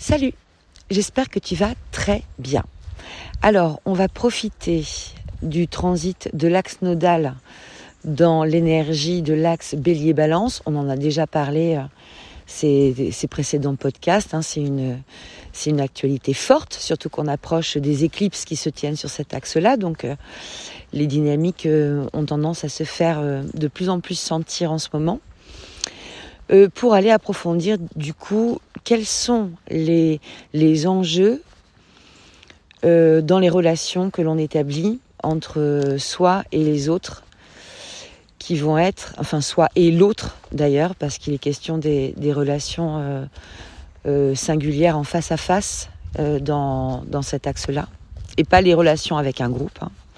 Salut, j'espère que tu vas très bien. Alors, on va profiter du transit de l'axe nodal dans l'énergie de l'axe Bélier-Balance. On en a déjà parlé ces précédents podcasts. C'est une actualité forte, surtout qu'on approche des éclipses qui se tiennent sur cet axe-là. Donc, les dynamiques ont tendance à se faire de plus en plus sentir en ce moment. Pour aller approfondir du coup quels sont les enjeux dans les relations que l'on établit entre soi et les autres, qui vont être, enfin soi et l'autre d'ailleurs, parce qu'il est question des relations singulières en face à face dans cet axe-là, et pas les relations avec un groupe.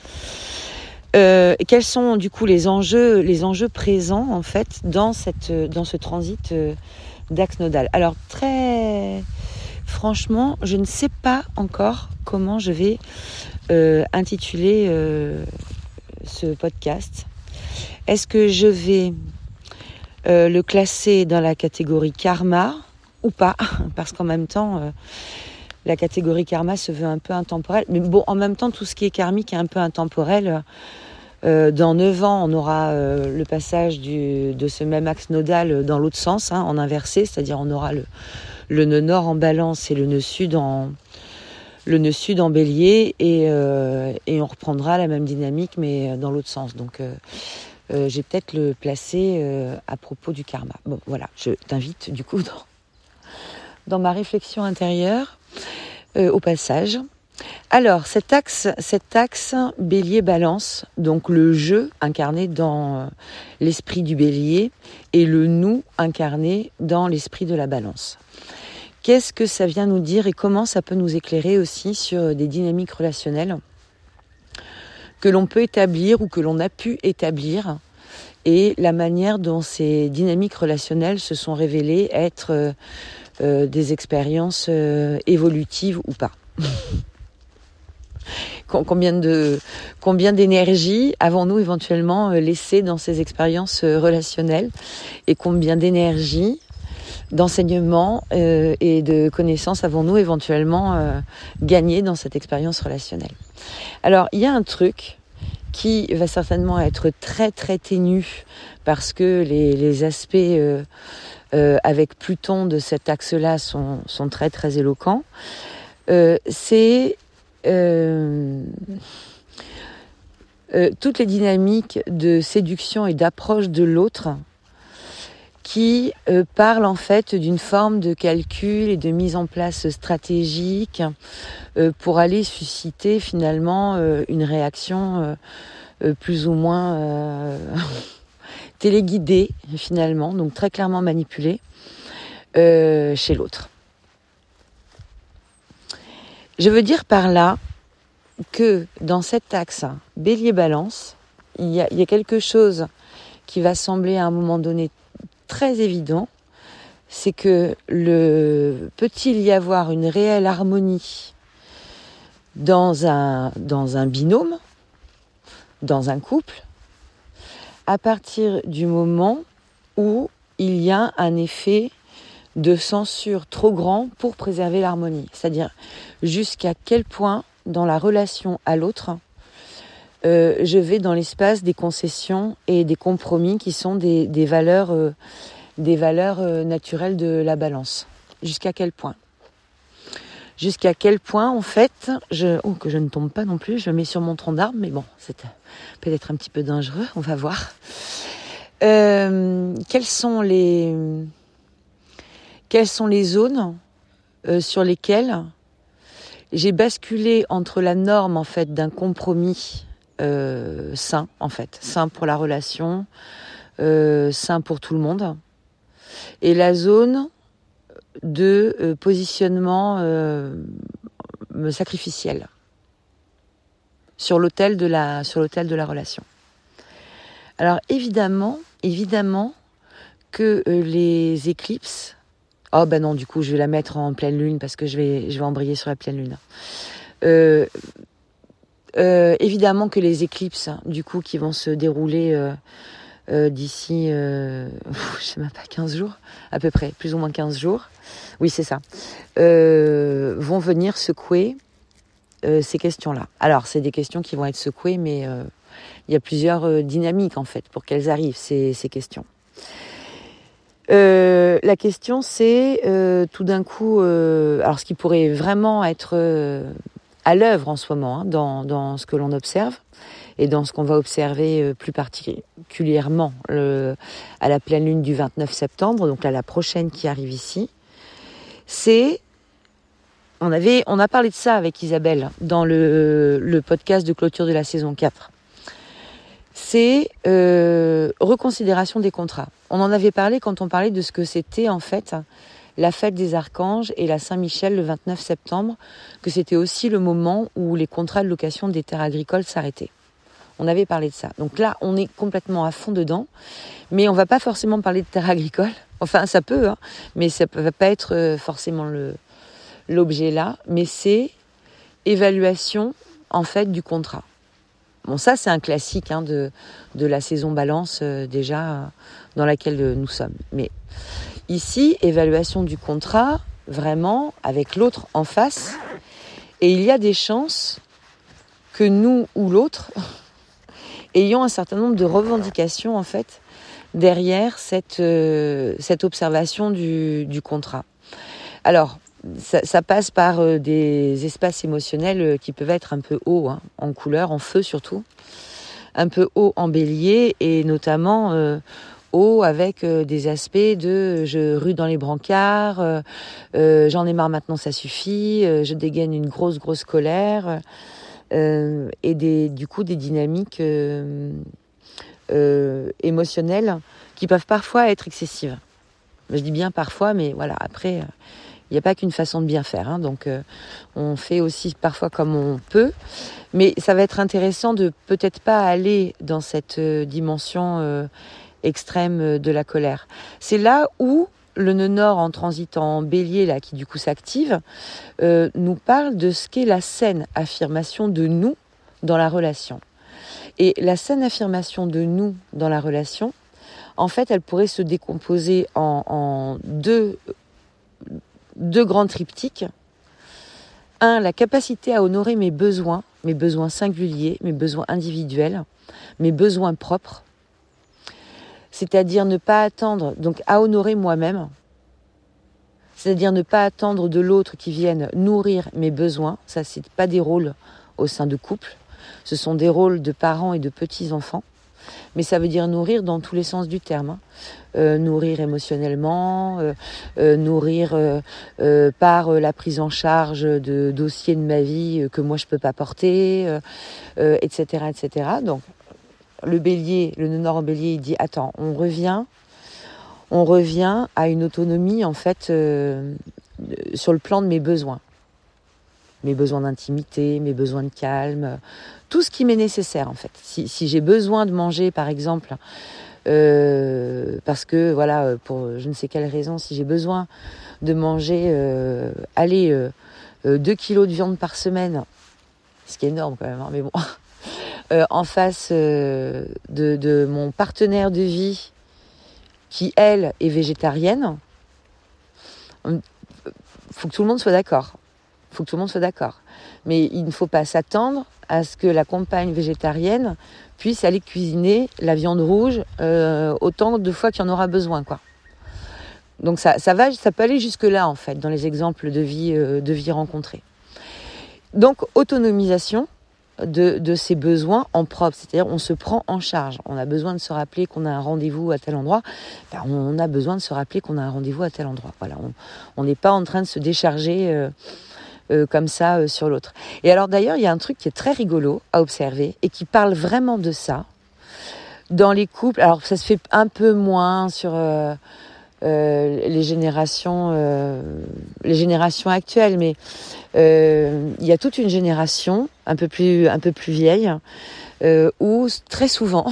Quels sont du coup les enjeux présents en fait dans ce transit d'axe nodal? Alors très franchement, je ne sais pas encore comment je vais intituler ce podcast. Est-ce que je vais le classer dans la catégorie karma ou pas? Parce qu'en même temps, la catégorie karma se veut un peu intemporelle. Mais bon, en même temps, tout ce qui est karmique est un peu intemporel. Dans 9 ans, on aura le passage de ce même axe nodal dans l'autre sens, en inversé, c'est-à-dire on aura le nœud nord en balance et le nœud sud en bélier, et on reprendra la même dynamique mais dans l'autre sens. Donc j'ai peut-être le placé à propos du karma. Bon voilà, je t'invite du coup dans ma réflexion intérieure au passage. Alors cet axe bélier-balance, donc le je incarné dans l'esprit du bélier et le nous incarné dans l'esprit de la balance. Qu'est-ce que ça vient nous dire et comment ça peut nous éclairer aussi sur des dynamiques relationnelles que l'on peut établir ou que l'on a pu établir, et la manière dont ces dynamiques relationnelles se sont révélées être des expériences évolutives ou pas. Combien d'énergie avons-nous éventuellement laissé dans ces expériences relationnelles, et combien d'énergie, d'enseignement et de connaissances avons-nous éventuellement gagné dans cette expérience relationnelle. Alors, il y a un truc qui va certainement être très très ténu, parce que les aspects avec Pluton de cet axe-là sont très très éloquents. C'est toutes les dynamiques de séduction et d'approche de l'autre qui parlent en fait d'une forme de calcul et de mise en place stratégique pour aller susciter finalement une réaction plus ou moins téléguidée finalement, donc très clairement manipulée chez l'autre. Je veux dire par là que dans cet axe Bélier-Balance, il y a quelque chose qui va sembler à un moment donné très évident, c'est que peut-il y avoir une réelle harmonie dans un binôme, dans un couple, à partir du moment où il y a un effet de censure trop grand pour préserver l'harmonie. C'est-à-dire jusqu'à quel point, dans la relation à l'autre, je vais dans l'espace des concessions et des compromis qui sont des valeurs naturelles de la balance. Jusqu'à quel point ? Jusqu'à quel point, en fait, que je ne tombe pas non plus, je me mets sur mon tronc d'arbre, mais bon, c'est peut-être un petit peu dangereux, on va voir. Quelles sont les zones sur lesquelles j'ai basculé entre la norme en fait d'un compromis sain pour la relation, sain pour tout le monde, et la zone de positionnement sacrificiel sur l'autel de la relation. Alors évidemment que les éclipses, oh ben non, du coup je vais la mettre en pleine lune parce que je vais embrayer sur la pleine lune. Évidemment que les éclipses du coup qui vont se dérouler d'ici, je sais même pas, 15 jours, à peu près, plus ou moins 15 jours, oui c'est ça, vont venir secouer ces questions-là. Alors c'est des questions qui vont être secouées, mais il y a plusieurs dynamiques en fait pour qu'elles arrivent, ces questions. La question c'est tout d'un coup, alors ce qui pourrait vraiment être à l'œuvre en ce moment, hein, dans ce que l'on observe et dans ce qu'on va observer plus particulièrement à la pleine lune du 29 septembre, donc là la prochaine qui arrive ici, c'est, on a parlé de ça avec Isabelle dans le podcast de clôture de la saison 4, c'est reconsidération des contrats. On en avait parlé quand on parlait de ce que c'était en fait la fête des archanges et la Saint-Michel le 29 septembre, que c'était aussi le moment où les contrats de location des terres agricoles s'arrêtaient. On avait parlé de ça. Donc là, on est complètement à fond dedans, mais on va pas forcément parler de terres agricoles. Enfin, ça peut, hein, mais ça va pas être forcément l'objet là, mais c'est évaluation en fait du contrat. Bon, ça c'est un classique hein, de la saison Balance déjà dans laquelle nous sommes. Mais ici, évaluation du contrat, vraiment avec l'autre en face, et il y a des chances que nous ou l'autre ayons un certain nombre de revendications en fait derrière cette observation du contrat. Alors, ça passe par des espaces émotionnels qui peuvent être un peu hauts, hein, en couleur, en feu surtout, un peu haut en bélier, et notamment haut avec des aspects de je rue dans les brancards, j'en ai marre maintenant, ça suffit, je dégaine une grosse colère, et du coup des dynamiques émotionnelles qui peuvent parfois être excessives. Je dis bien parfois, mais voilà, après... Il n'y a pas qu'une façon de bien faire, hein, donc on fait aussi parfois comme on peut. Mais ça va être intéressant de peut-être pas aller dans cette dimension extrême de la colère. C'est là où le nœud nord en transit en bélier, là, qui du coup s'active, nous parle de ce qu'est la saine affirmation de nous dans la relation. Et la saine affirmation de nous dans la relation, en fait, elle pourrait se décomposer en deux grands triptyques. Un, la capacité à honorer mes besoins singuliers, mes besoins individuels, mes besoins propres. C'est-à-dire ne pas attendre, donc à honorer moi-même. C'est-à-dire ne pas attendre de l'autre qui vienne nourrir mes besoins. Ça, c'est pas des rôles au sein de couple. Ce sont des rôles de parents et de petits-enfants. Mais ça veut dire nourrir dans tous les sens du terme, hein. Nourrir émotionnellement, nourrir par la prise en charge de dossiers de ma vie que moi je peux pas porter, etc., etc. Donc le bélier, le nœud nord en bélier, il dit attends, on revient à une autonomie en fait sur le plan de mes besoins d'intimité, mes besoins de calme, tout ce qui m'est nécessaire en fait. Si j'ai besoin de manger par exemple, parce que voilà, pour je ne sais quelle raison, si j'ai besoin de manger 2 kilos de viande par semaine, ce qui est énorme quand même, hein, mais bon, en face de mon partenaire de vie qui elle est végétarienne, faut que tout le monde soit d'accord. Mais il ne faut pas s'attendre à ce que la compagne végétarienne puisse aller cuisiner la viande rouge autant de fois qu'il y en aura besoin, quoi. Donc ça peut aller jusque-là, en fait, dans les exemples de vie rencontrés. Donc, autonomisation de ses besoins en propre, c'est-à-dire on se prend en charge. On a besoin de se rappeler qu'on a un rendez-vous à tel endroit, on a besoin de se rappeler qu'on a un rendez-vous à tel endroit. Voilà, on n'est pas en train de se décharger comme ça sur l'autre. Et alors d'ailleurs, il y a un truc qui est très rigolo à observer et qui parle vraiment de ça dans les couples. Alors ça se fait un peu moins sur les générations actuelles, mais il y a toute une génération un peu plus vieille où très souvent,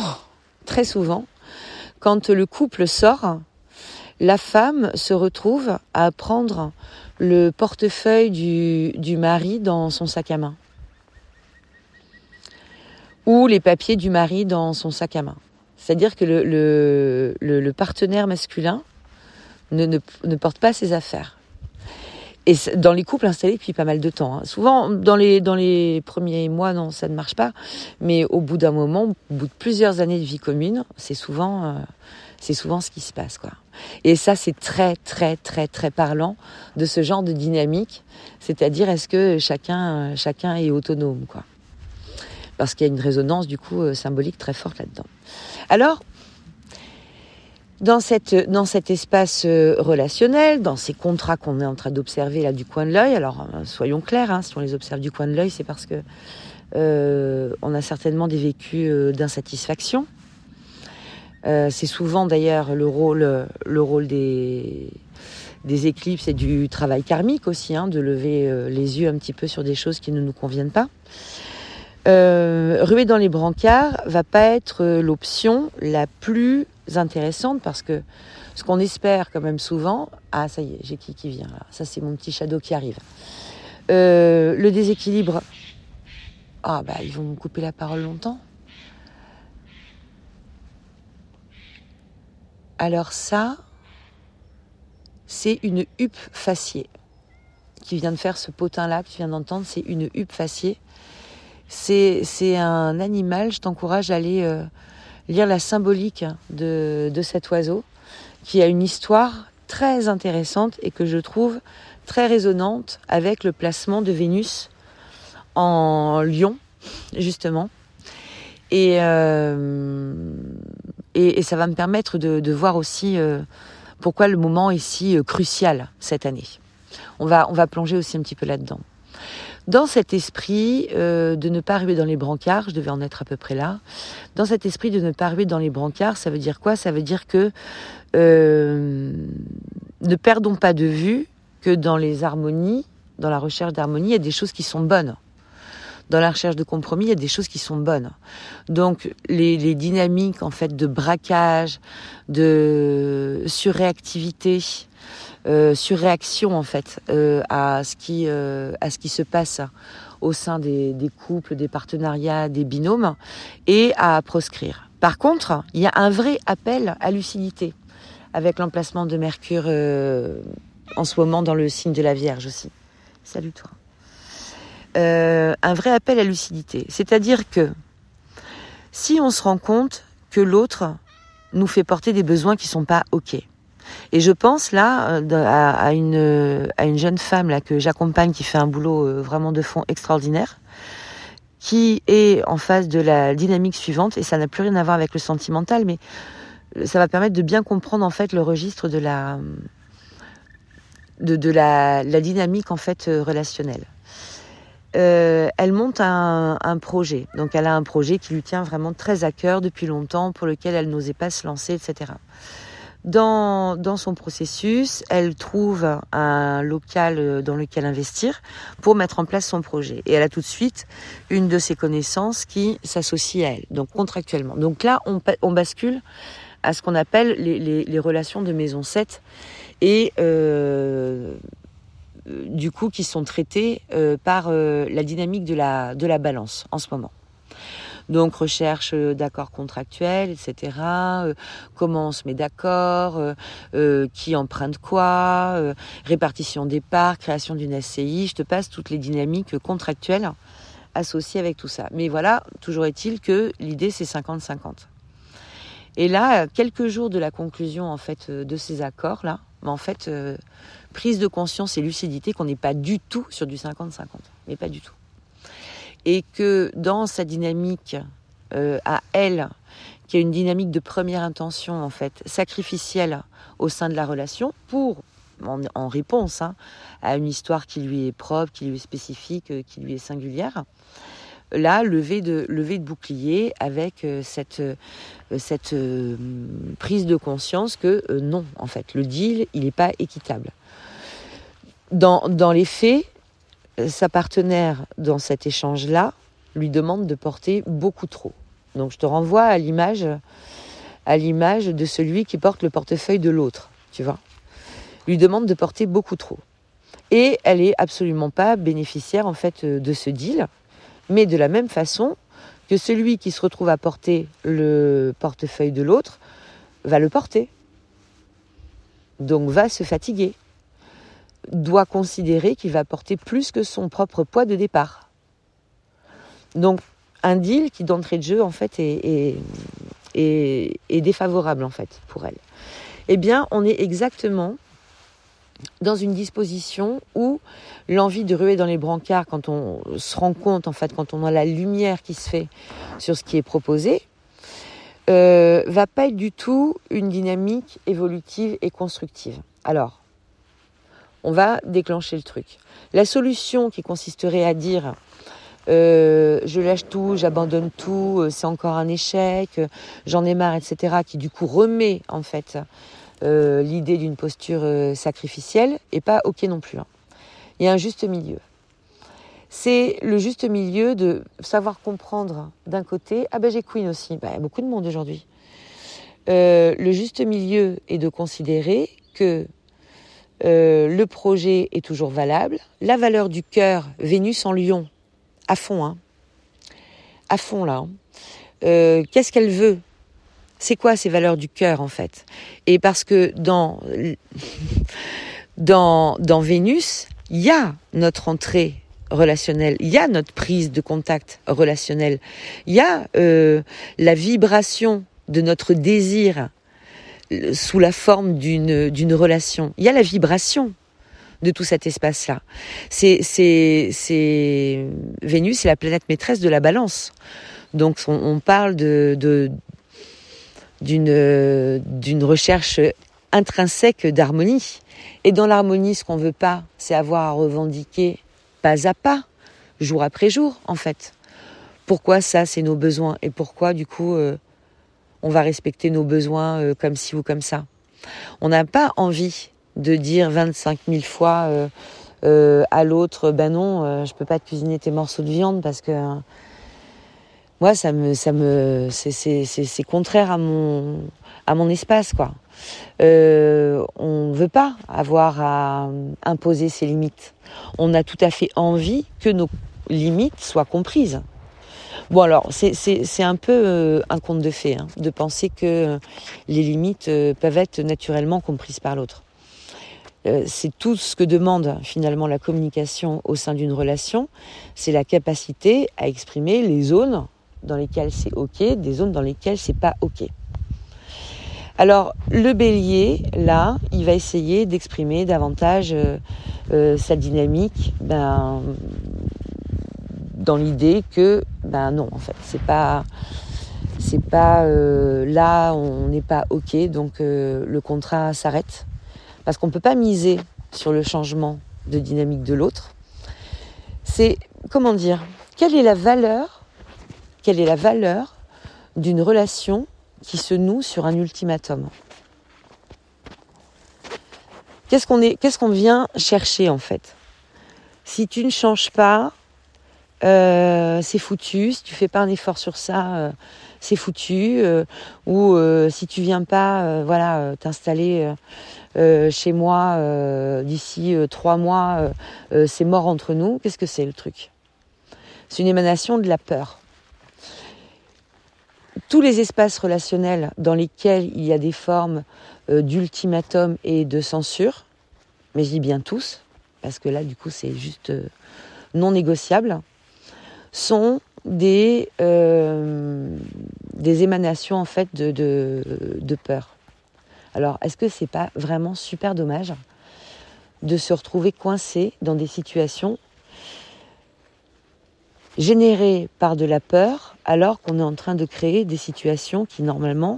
quand le couple sort, la femme se retrouve à prendre le portefeuille du mari dans son sac à main. Ou les papiers du mari dans son sac à main. C'est-à-dire que le partenaire masculin ne porte pas ses affaires. Et dans les couples installés depuis pas mal de temps. Hein. Souvent, dans les premiers mois, non, ça ne marche pas. Mais au bout d'un moment, au bout de plusieurs années de vie commune, c'est souvent ce qui se passe, quoi. Et ça, c'est très, très, très, très parlant de ce genre de dynamique. C'est-à-dire, est-ce que chacun est autonome, quoi. Parce qu'il y a une résonance, du coup, symbolique très forte là-dedans. Alors, dans cet espace relationnel, dans ces contrats qu'on est en train d'observer là du coin de l'œil, alors soyons clairs, hein, si on les observe du coin de l'œil, c'est parce que on a certainement des vécus d'insatisfaction. C'est souvent d'ailleurs le rôle des éclipses et du travail karmique aussi, hein, de lever les yeux un petit peu sur des choses qui ne nous conviennent pas. Ruer dans les brancards va pas être l'option la plus intéressante parce que ce qu'on espère quand même souvent, ah ça y est, j'ai qui vient là, ça c'est mon petit shadow qui arrive. Le déséquilibre, ah bah ils vont me couper la parole longtemps. Alors ça, c'est une huppe faciée qui vient de faire ce potin là que tu viens d'entendre, c'est une huppe faciée. C'est un animal, je t'encourage à aller lire la symbolique de cet oiseau, qui a une histoire très intéressante et que je trouve très résonante avec le placement de Vénus en Lion, justement. Et ça va me permettre de voir aussi pourquoi le moment est si crucial cette année. On va plonger aussi un petit peu là-dedans. Dans cet esprit de ne pas ruer dans les brancards, je devais en être à peu près là, dans cet esprit de ne pas ruer dans les brancards, ça veut dire quoi ? Ça veut dire que ne perdons pas de vue que dans les harmonies, dans la recherche d'harmonie, il y a des choses qui sont bonnes. Dans la recherche de compromis, il y a des choses qui sont bonnes. Donc les dynamiques en fait de braquage, de surréactivité, surréaction en fait à ce qui se passe au sein des couples, des partenariats, des binômes, et à proscrire. Par contre, il y a un vrai appel à lucidité avec l'emplacement de Mercure en ce moment dans le signe de la Vierge aussi. Salut toi. Un vrai appel à lucidité, c'est-à-dire que si on se rend compte que l'autre nous fait porter des besoins qui sont pas ok. Et je pense là à une jeune femme là que j'accompagne qui fait un boulot vraiment de fond extraordinaire, qui est en face de la dynamique suivante, et ça n'a plus rien à voir avec le sentimental, mais ça va permettre de bien comprendre en fait le registre de la dynamique en fait relationnelle. Elle monte un projet, donc elle a un projet qui lui tient vraiment très à cœur depuis longtemps, pour lequel elle n'osait pas se lancer, etc. Dans son processus, elle trouve un local dans lequel investir pour mettre en place son projet. Et elle a tout de suite une de ses connaissances qui s'associe à elle, donc contractuellement. Donc là, on bascule à ce qu'on appelle les relations de maison 7 et du coup qui sont traitées par la dynamique de la balance en ce moment. Donc recherche d'accords contractuels, etc. Comment on se met d'accord, qui emprunte quoi, répartition des parts, création d'une SCI. Je te passe toutes les dynamiques contractuelles associées avec tout ça. Mais voilà, toujours est-il que l'idée c'est 50-50. Et là, quelques jours de la conclusion en fait de ces accords là, en fait, prise de conscience et lucidité qu'on n'est pas du tout sur du 50-50, mais pas du tout. Et que dans sa dynamique à elle, qui a une dynamique de première intention en fait, sacrificielle au sein de la relation, en réponse à une histoire qui lui est propre, qui lui est spécifique, qui lui est singulière, là, lever de bouclier avec cette prise de conscience que non, en fait, le deal, il n'est pas équitable. Dans les faits, sa partenaire dans cet échange-là lui demande de porter beaucoup trop. Donc je te renvoie à l'image de celui qui porte le portefeuille de l'autre, tu vois. Lui demande de porter beaucoup trop. Et elle est absolument pas bénéficiaire en fait de ce deal, mais de la même façon que celui qui se retrouve à porter le portefeuille de l'autre va le porter. Donc va se fatiguer. Doit considérer qu'il va porter plus que son propre poids de départ. Donc un deal qui d'entrée de jeu en fait est défavorable en fait pour elle. Eh bien, on est exactement dans une disposition où l'envie de ruer dans les brancards, quand on se rend compte, en fait, quand on a la lumière qui se fait sur ce qui est proposé, va pas être du tout une dynamique évolutive et constructive. Alors, on va déclencher le truc. La solution qui consisterait à dire je lâche tout, j'abandonne tout, c'est encore un échec, j'en ai marre, etc., qui du coup remet en fait l'idée d'une posture sacrificielle, et pas ok non plus. Hein. Il y a un juste milieu. C'est le juste milieu de savoir comprendre d'un côté, ah ben j'ai Queen aussi, il y a beaucoup de monde aujourd'hui. Le juste milieu est de considérer que le projet est toujours valable, la valeur du cœur, Vénus en Lion, à fond, hein. À fond là. Hein. Qu'est-ce qu'elle veut ? C'est quoi ces valeurs du cœur en fait ? Et parce que dans Vénus, il y a notre entrée relationnelle, il y a notre prise de contact relationnel, il y a la vibration de notre désir sous la forme d'une relation. Il y a la vibration de tout cet espace-là. Vénus, c'est la planète maîtresse de la balance. Donc on parle d'une recherche intrinsèque d'harmonie. Et dans l'harmonie, ce qu'on veut pas, c'est avoir à revendiquer pas à pas, jour après jour, en fait. Pourquoi ça, c'est nos besoins ? Et pourquoi, du coup, on va respecter nos besoins comme ci ou comme ça ? On n'a pas envie de dire 25 000 fois à l'autre, ben non, je peux pas te cuisiner tes morceaux de viande parce que moi, c'est contraire à mon espace, quoi. On veut pas avoir à imposer ses limites. On a tout à fait envie que nos limites soient comprises. Bon alors, c'est un peu un conte de fées, hein, de penser que les limites peuvent être naturellement comprises par l'autre. C'est tout ce que demande finalement la communication au sein d'une relation, c'est la capacité à exprimer les zones dans lesquelles c'est ok, des zones dans lesquelles c'est pas ok. Alors le bélier, là, il va essayer d'exprimer davantage sa dynamique, dans l'idée que, non, en fait, c'est pas là, on n'est pas ok, donc le contrat s'arrête. Parce qu'on ne peut pas miser sur le changement de dynamique de l'autre. C'est, comment dire, quelle est la valeur d'une relation qui se noue sur un ultimatum ? Qu'est-ce qu'on vient chercher en fait ? Si tu ne changes pas, c'est foutu. Si tu fais pas un effort sur ça, c'est foutu. Ou si tu viens pas, t'installer chez moi d'ici 3 mois, c'est mort entre nous. Qu'est-ce que c'est le truc ? C'est une émanation de la peur. Tous les espaces relationnels dans lesquels il y a des formes d'ultimatum et de censure, mais je dis bien tous, parce que là du coup c'est juste non négociable, sont des émanations en fait de peur. Alors, est-ce que c'est pas vraiment super dommage de se retrouver coincé dans des situations générées par de la peur, alors qu'on est en train de créer des situations qui normalement,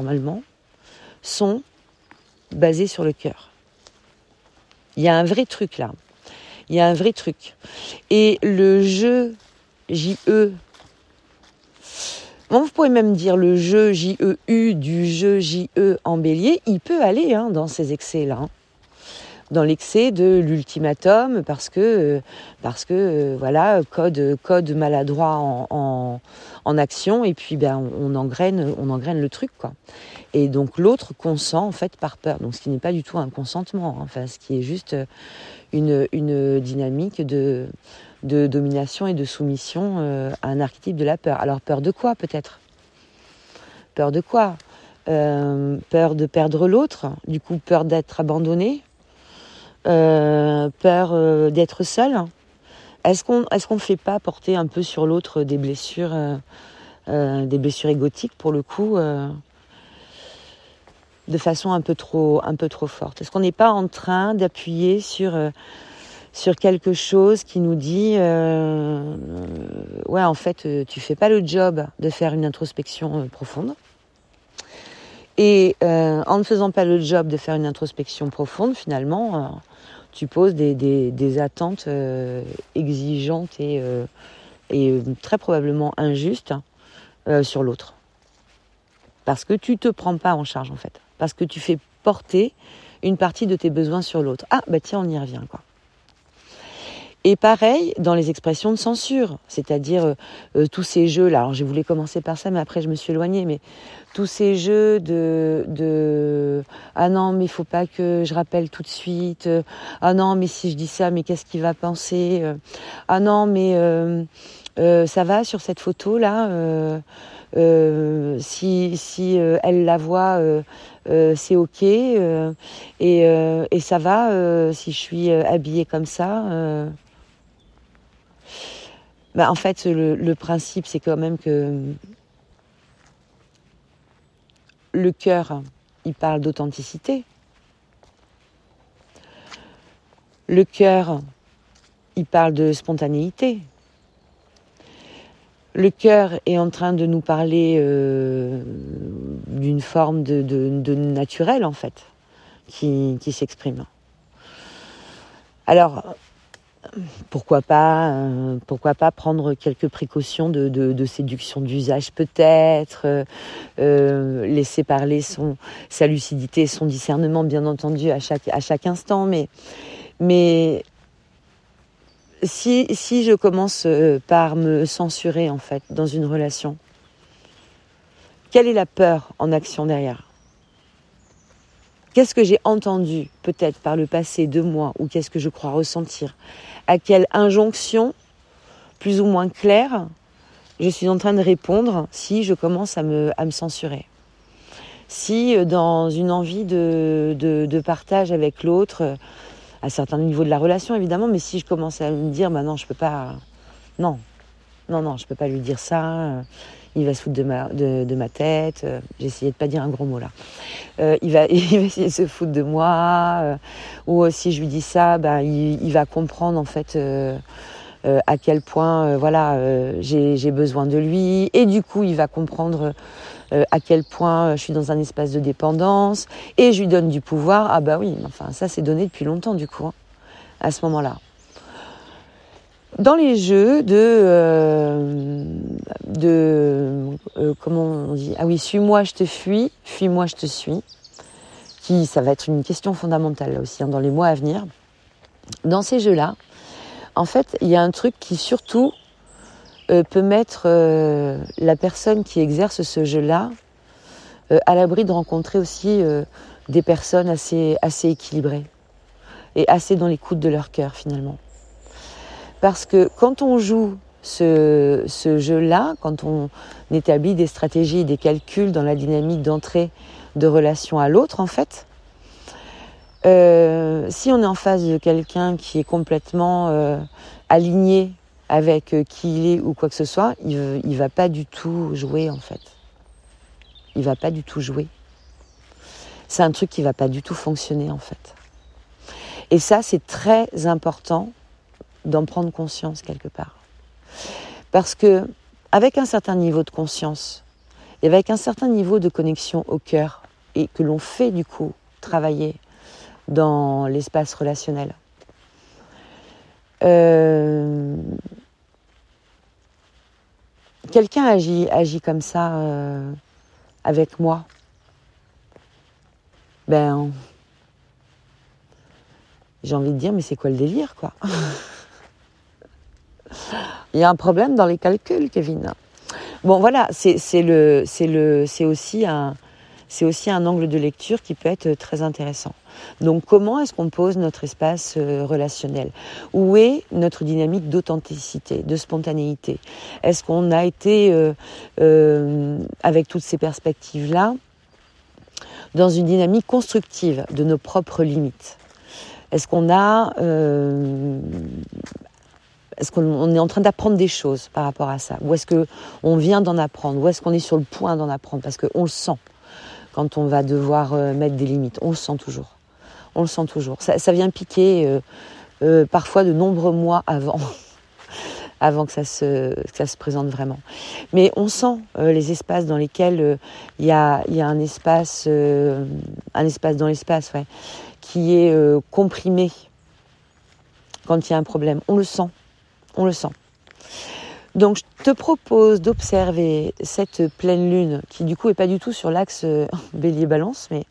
sont basées sur le cœur. Il y a un vrai truc là. Il y a un vrai truc. Et le jeu J-E, bon, vous pouvez même dire le jeu J-E-U du jeu J-E en bélier, il peut aller dans ces excès-là. Hein. Dans l'excès de l'ultimatum, parce que voilà, code maladroit en action, et puis on engraine le truc, quoi. Et donc l'autre consent en fait par peur. Donc ce qui n'est pas du tout un consentement, hein, enfin ce qui est juste une dynamique de de domination et de soumission à un archétype de la peur. Alors peur de quoi peut-être ? Peur de quoi ? Peur de perdre l'autre, du coup peur d'être abandonné, peur d'être seul. Est-ce qu'on fait pas porter un peu sur l'autre des blessures égotiques pour le coup, de façon un peu trop forte? Est-ce qu'on n'est pas en train d'appuyer sur quelque chose qui nous dit ouais, en fait tu fais pas le job de faire une introspection profonde, et en ne faisant pas le job de faire une introspection profonde, finalement tu poses des attentes exigeantes et très probablement injustes sur l'autre, parce que tu te prends pas en charge en fait, parce que tu fais porter une partie de tes besoins sur l'autre. Ah bah tiens, on y revient quoi. Et pareil dans les expressions de censure, c'est-à-dire tous ces jeux-là. Alors je voulais commencer par ça, mais après je me suis éloignée. Mais tous ces jeux de ah non, mais il faut pas que je rappelle tout de suite. Ah non, mais si je dis ça, mais qu'est-ce qu'il va penser ? Ah non, mais ça va sur cette photo-là. Si elle la voit, c'est ok. Et ça va si je suis habillée comme ça. En fait, le principe, c'est quand même que le cœur, il parle d'authenticité. Le cœur, il parle de spontanéité. Le cœur est en train de nous parler d'une forme de naturel, en fait, qui s'exprime. Alors, pourquoi pas prendre quelques précautions de séduction d'usage peut-être, laisser parler sa lucidité, son discernement bien entendu à chaque instant, mais si je commence par me censurer en fait dans une relation, quelle est la peur en action derrière ? Qu'est-ce que j'ai entendu peut-être par le passé de moi, ou qu'est-ce que je crois ressentir ? À quelle injonction, plus ou moins claire, je suis en train de répondre si je commence à me censurer ? Si dans une envie de partage avec l'autre, à certains niveaux de la relation évidemment, mais si je commence à me dire non, je peux pas, non, je peux pas lui dire ça, il va se foutre de ma tête, j'ai essayé de pas dire un gros mot là, il va essayer de se foutre de moi, ou si je lui dis ça, il va comprendre en fait à quel point j'ai besoin de lui, et du coup il va comprendre à quel point je suis dans un espace de dépendance, et je lui donne du pouvoir. Ah bah oui, enfin ça c'est donné depuis longtemps du coup, à ce moment-là. Dans les jeux comment on dit ? Ah oui, suis-moi, je te fuis, fuis-moi, je te suis. Ça va être une question fondamentale là aussi, dans les mois à venir. Dans ces jeux-là, en fait, il y a un truc qui surtout peut mettre la personne qui exerce ce jeu-là à l'abri de rencontrer aussi des personnes assez équilibrées et assez dans l'écoute de leur cœur finalement. Parce que quand on joue ce jeu-là, quand on établit des stratégies et des calculs dans la dynamique d'entrée de relation à l'autre, en fait, si on est en face de quelqu'un qui est complètement aligné avec qui il est ou quoi que ce soit, il va pas du tout jouer, en fait. Il va pas du tout jouer. C'est un truc qui va pas du tout fonctionner, en fait. Et ça, c'est très important d'en prendre conscience quelque part. Parce que, avec un certain niveau de conscience, et avec un certain niveau de connexion au cœur, et que l'on fait du coup travailler dans l'espace relationnel, quelqu'un agit comme ça avec moi, j'ai envie de dire, mais c'est quoi le délire, quoi ? Il y a un problème dans les calculs, Kevin. Bon, voilà, c'est aussi c'est aussi un angle de lecture qui peut être très intéressant. Donc comment est-ce qu'on pose notre espace relationnel? Où est notre dynamique d'authenticité, de spontanéité? Est-ce qu'on a été, avec toutes ces perspectives-là, dans une dynamique constructive de nos propres limites? Est-ce qu'on est en train d'apprendre des choses par rapport à ça? Ou est-ce qu'on vient d'en apprendre? Ou est-ce qu'on est sur le point d'en apprendre? Parce qu'on le sent quand on va devoir mettre des limites. On le sent toujours. On le sent toujours. Ça vient piquer parfois de nombreux mois avant que ça se présente vraiment. Mais on sent les espaces dans lesquels il y a un espace dans l'espace, ouais, qui est comprimé quand il y a un problème. On le sent. Donc je te propose d'observer cette pleine lune qui du coup est pas du tout sur l'axe Bélier-Balance, mais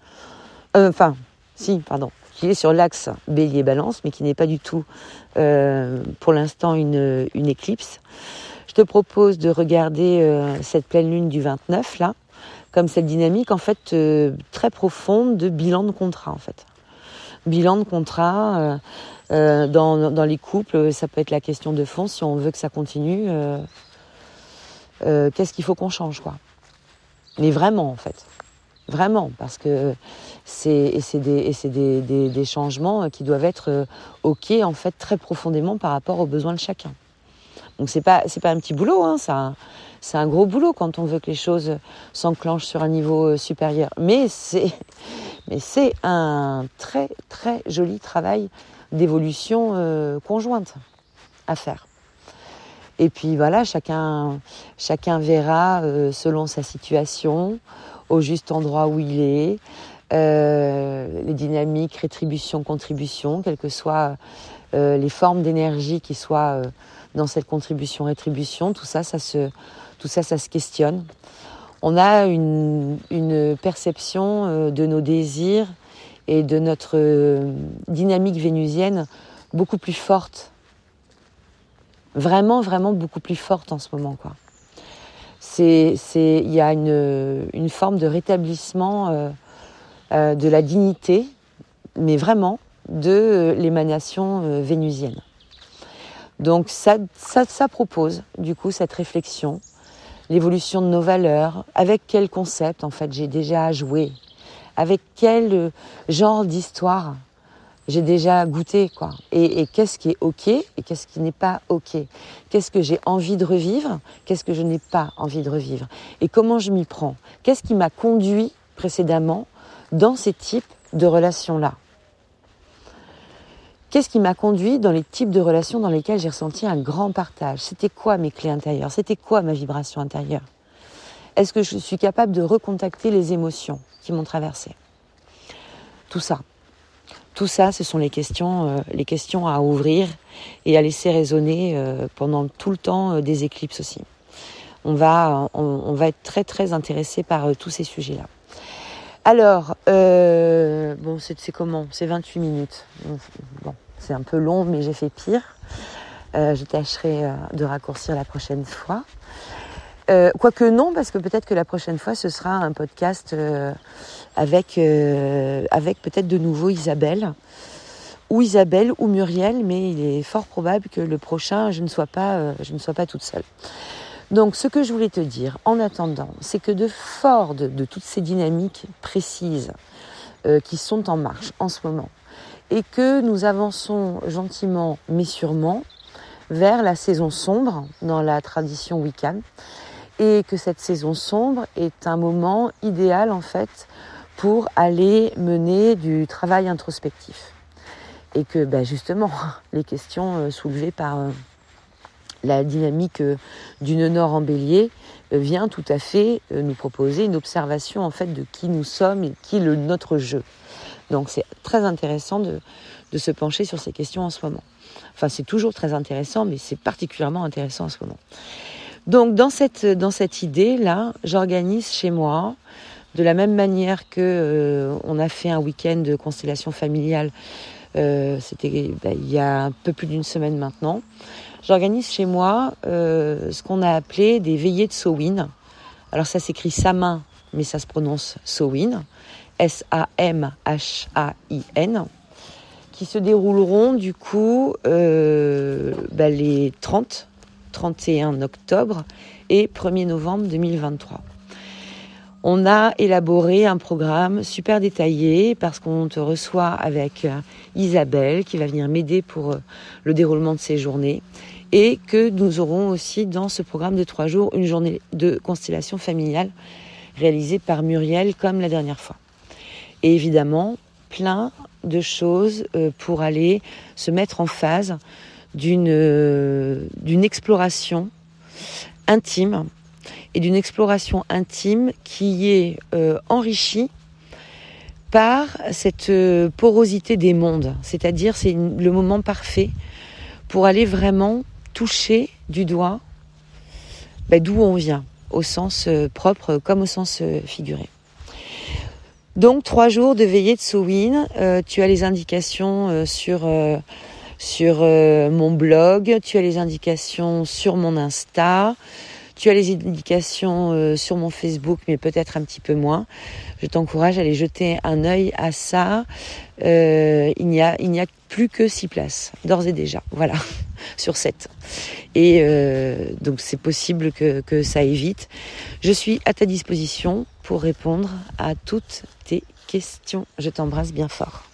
qui est sur l'axe Bélier-Balance, mais qui n'est pas du tout pour l'instant une éclipse. Je te propose de regarder cette pleine lune du 29 là, comme cette dynamique en fait très profonde de bilan de contrat en fait. Bilan de contrat dans les couples, ça peut être la question de fond si on veut que ça continue. Qu'est-ce qu'il faut qu'on change, quoi? Mais vraiment, en fait, vraiment, parce que c'est des changements qui doivent être ok en fait très profondément par rapport aux besoins de chacun. Donc c'est pas un petit boulot, hein, c'est un gros boulot quand on veut que les choses s'enclenchent sur un niveau supérieur. Mais c'est un très très joli travail d'évolution conjointe à faire. Et puis voilà, chacun verra selon sa situation, au juste endroit où il est, les dynamiques, rétribution, contribution, quelles que soient les formes d'énergie qui soient dans cette contribution-rétribution, tout ça se questionne. On a une perception de nos désirs et de notre dynamique vénusienne beaucoup plus forte. Vraiment, vraiment beaucoup plus forte en ce moment, quoi. Il y a une forme de rétablissement de la dignité, mais vraiment de l'émanation vénusienne. Donc ça propose du coup cette réflexion, l'évolution de nos valeurs, avec quel concept en fait j'ai déjà joué, avec quel genre d'histoire j'ai déjà goûté, quoi. Et qu'est-ce qui est ok et qu'est-ce qui n'est pas ok. Qu'est-ce que j'ai envie de revivre, qu'est-ce que je n'ai pas envie de revivre. Et comment je m'y prends. Qu'est-ce qui m'a conduit précédemment dans ces types de relations-là. Qu'est-ce qui m'a conduit dans les types de relations dans lesquelles j'ai ressenti un grand partage? C'était quoi mes clés intérieures? C'était quoi ma vibration intérieure? Est-ce que je suis capable de recontacter les émotions qui m'ont traversée? Tout ça, ce sont les questions à ouvrir et à laisser résonner pendant tout le temps des éclipses aussi. On va être très très intéressé par tous ces sujets-là. Alors, c'est comment? C'est 28 minutes. Bon, c'est un peu long, mais j'ai fait pire. Je tâcherai de raccourcir la prochaine fois. Quoique non, parce que peut-être que la prochaine fois, ce sera un podcast avec peut-être de nouveau Isabelle ou Muriel, mais il est fort probable que le prochain, je ne sois pas toute seule. Donc, ce que je voulais te dire, en attendant, c'est que de toutes ces dynamiques précises qui sont en marche en ce moment, et que nous avançons gentiment mais sûrement vers la saison sombre dans la tradition Wiccan, et que cette saison sombre est un moment idéal en fait pour aller mener du travail introspectif. Et que justement, les questions soulevées par la dynamique d'une Nord en Bélier vient tout à fait nous proposer une observation en fait de qui nous sommes et qui est notre jeu. Donc c'est très intéressant de se pencher sur ces questions en ce moment. Enfin, c'est toujours très intéressant, mais c'est particulièrement intéressant en ce moment. Donc dans cette idée-là, j'organise chez moi, de la même manière que on a fait un week-end de constellation familiale, c'était il y a un peu plus d'une semaine maintenant. J'organise chez moi ce qu'on a appelé des veillées de Samhain. Alors ça s'écrit Samhain mais ça se prononce Samhain, Samhain, qui se dérouleront du coup les 30, 31 octobre et 1er novembre 2023. On a élaboré un programme super détaillé parce qu'on te reçoit avec Isabelle qui va venir m'aider pour le déroulement de ces journées et que nous aurons aussi dans ce programme de 3 jours une journée de constellation familiale réalisée par Muriel comme la dernière fois. Et évidemment, plein de choses pour aller se mettre en phase d'une exploration intime et d'une exploration intime qui est enrichie par cette porosité des mondes. C'est-à-dire, c'est le moment parfait pour aller vraiment toucher du doigt d'où on vient, au sens propre comme au sens figuré. Donc 3 jours de veillée de Samhain, tu as les indications sur mon blog, tu as les indications sur mon Insta, tu as les indications sur mon Facebook, mais peut-être un petit peu moins. Je t'encourage à aller jeter un œil à ça. Il n'y a plus que 6 places, d'ores et déjà, voilà, sur 7. Et donc c'est possible que ça aille vite. Je suis à ta disposition pour répondre à toutes tes questions. Je t'embrasse bien fort.